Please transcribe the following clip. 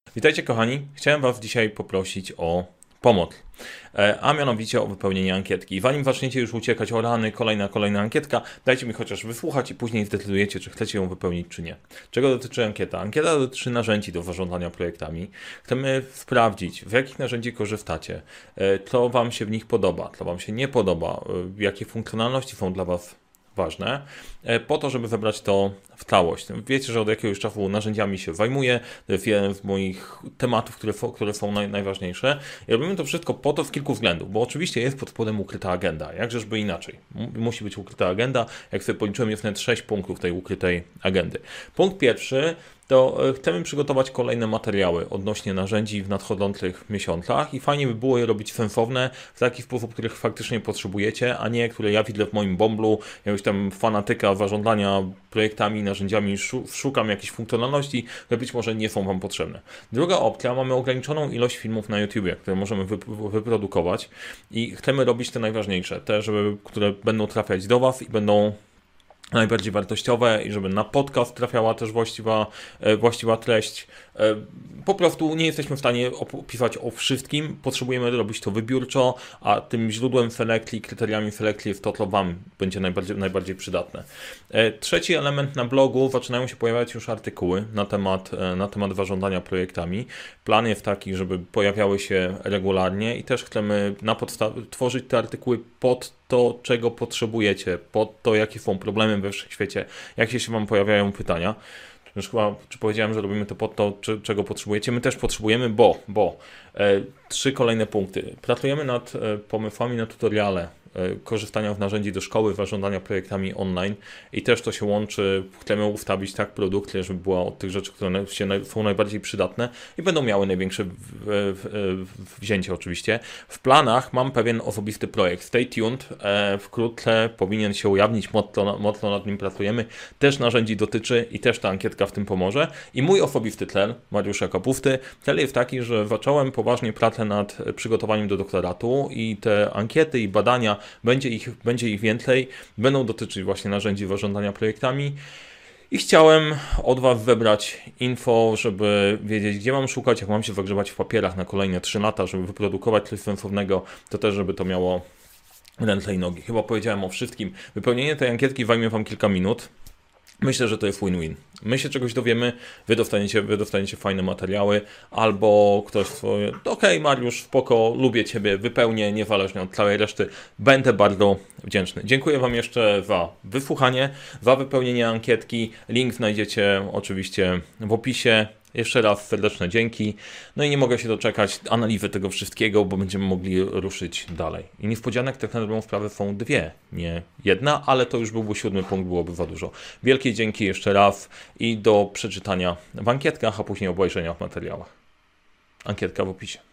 Witajcie kochani, chciałem Was dzisiaj poprosić o pomoc, a mianowicie o wypełnienie ankietki. Zanim zaczniecie już uciekać, o rany, kolejna ankietka, dajcie mi chociaż wysłuchać i później zdecydujecie, czy chcecie ją wypełnić, czy nie. Czego dotyczy ankieta? Ankieta dotyczy narzędzi do zarządzania projektami. Chcemy sprawdzić, w jakich narzędzi korzystacie, co Wam się w nich podoba, co Wam się nie podoba, jakie funkcjonalności są dla Was ważne, po to, żeby wybrać to w całość. Wiecie, że od jakiegoś czasu narzędziami się zajmuję, to jest jeden z moich tematów, które są najważniejsze. I robimy to wszystko po to z kilku względów, bo oczywiście jest pod spodem ukryta agenda, jakżeżby inaczej. Musi być ukryta agenda, jak sobie policzyłem, jest nawet 6 punktów tej ukrytej agendy. Punkt pierwszy to chcemy przygotować kolejne materiały odnośnie narzędzi w nadchodzących miesiącach i fajnie by było je robić sensowne, w taki sposób, których faktycznie potrzebujecie, a nie które ja widzę w moim bomblu, jakiegoś tam fanatyka zarządzania projektami, narzędziami, szukam jakichś funkcjonalności, które być może nie są Wam potrzebne. Druga opcja, mamy ograniczoną ilość filmów na YouTubie, które możemy wyprodukować i chcemy robić te najważniejsze, te, które będą trafiać do Was i będą najbardziej wartościowe i żeby na podcast trafiała też właściwa treść. Po prostu nie jesteśmy w stanie opisać o wszystkim, potrzebujemy robić to wybiórczo, a tym źródłem selekcji, kryteriami selekcji jest to, co Wam będzie najbardziej przydatne. Trzeci element, na blogu zaczynają się pojawiać już artykuły na temat zarządzania projektami. Plan jest taki, żeby pojawiały się regularnie i też chcemy tworzyć te artykuły pod to, czego potrzebujecie, pod to, jakie są problemy we wszechświecie, jakie się Wam pojawiają pytania. Już chyba, czy powiedziałem, że robimy to pod to, czego potrzebujecie? My też potrzebujemy, bo 3 kolejne punkty. Pracujemy nad pomysłami na tutoriale korzystania z narzędzi do szkoły, zarządzania projektami online i też to się łączy, chcemy ustawić tak produkcję, żeby była od tych rzeczy, które są najbardziej przydatne i będą miały największe wzięcie oczywiście. W planach mam pewien osobisty projekt, stay tuned, wkrótce powinien się ujawnić, mocno nad nim pracujemy, też narzędzi dotyczy i też ta ankietka w tym pomoże i mój osobisty cel, Mariusza Kapusty, cel jest taki, że zacząłem poważnie pracę nad przygotowaniem do doktoratu i te ankiety i badania będzie ich więcej, będą dotyczyć właśnie narzędzi zarządzania projektami i chciałem od Was wybrać info, żeby wiedzieć, gdzie mam szukać, jak mam się zagrzebać w papierach na kolejne 3 lata, żeby wyprodukować coś sensownego, to też, żeby to miało ręce i nogi. Chyba powiedziałem o wszystkim. Wypełnienie tej ankietki zajmie Wam kilka minut. Myślę, że to jest win-win. My się czegoś dowiemy, wy dostaniecie fajne materiały, albo ktoś swoje, okej, Mariusz, spoko, lubię Ciebie, wypełnię, niezależnie od całej reszty. Będę bardzo wdzięczny. Dziękuję Wam jeszcze za wysłuchanie, za wypełnienie ankietki. Link znajdziecie oczywiście w opisie. Jeszcze raz serdeczne dzięki. No i nie mogę się doczekać analizy tego wszystkiego, bo będziemy mogli ruszyć dalej. I niespodzianek tak na dobrą sprawę są 2, nie jedna, ale to już byłby 7 punkt, byłoby za dużo. Wielkie dzięki jeszcze raz i do przeczytania w ankietkach, a później obejrzenia w materiałach. Ankietka w opisie.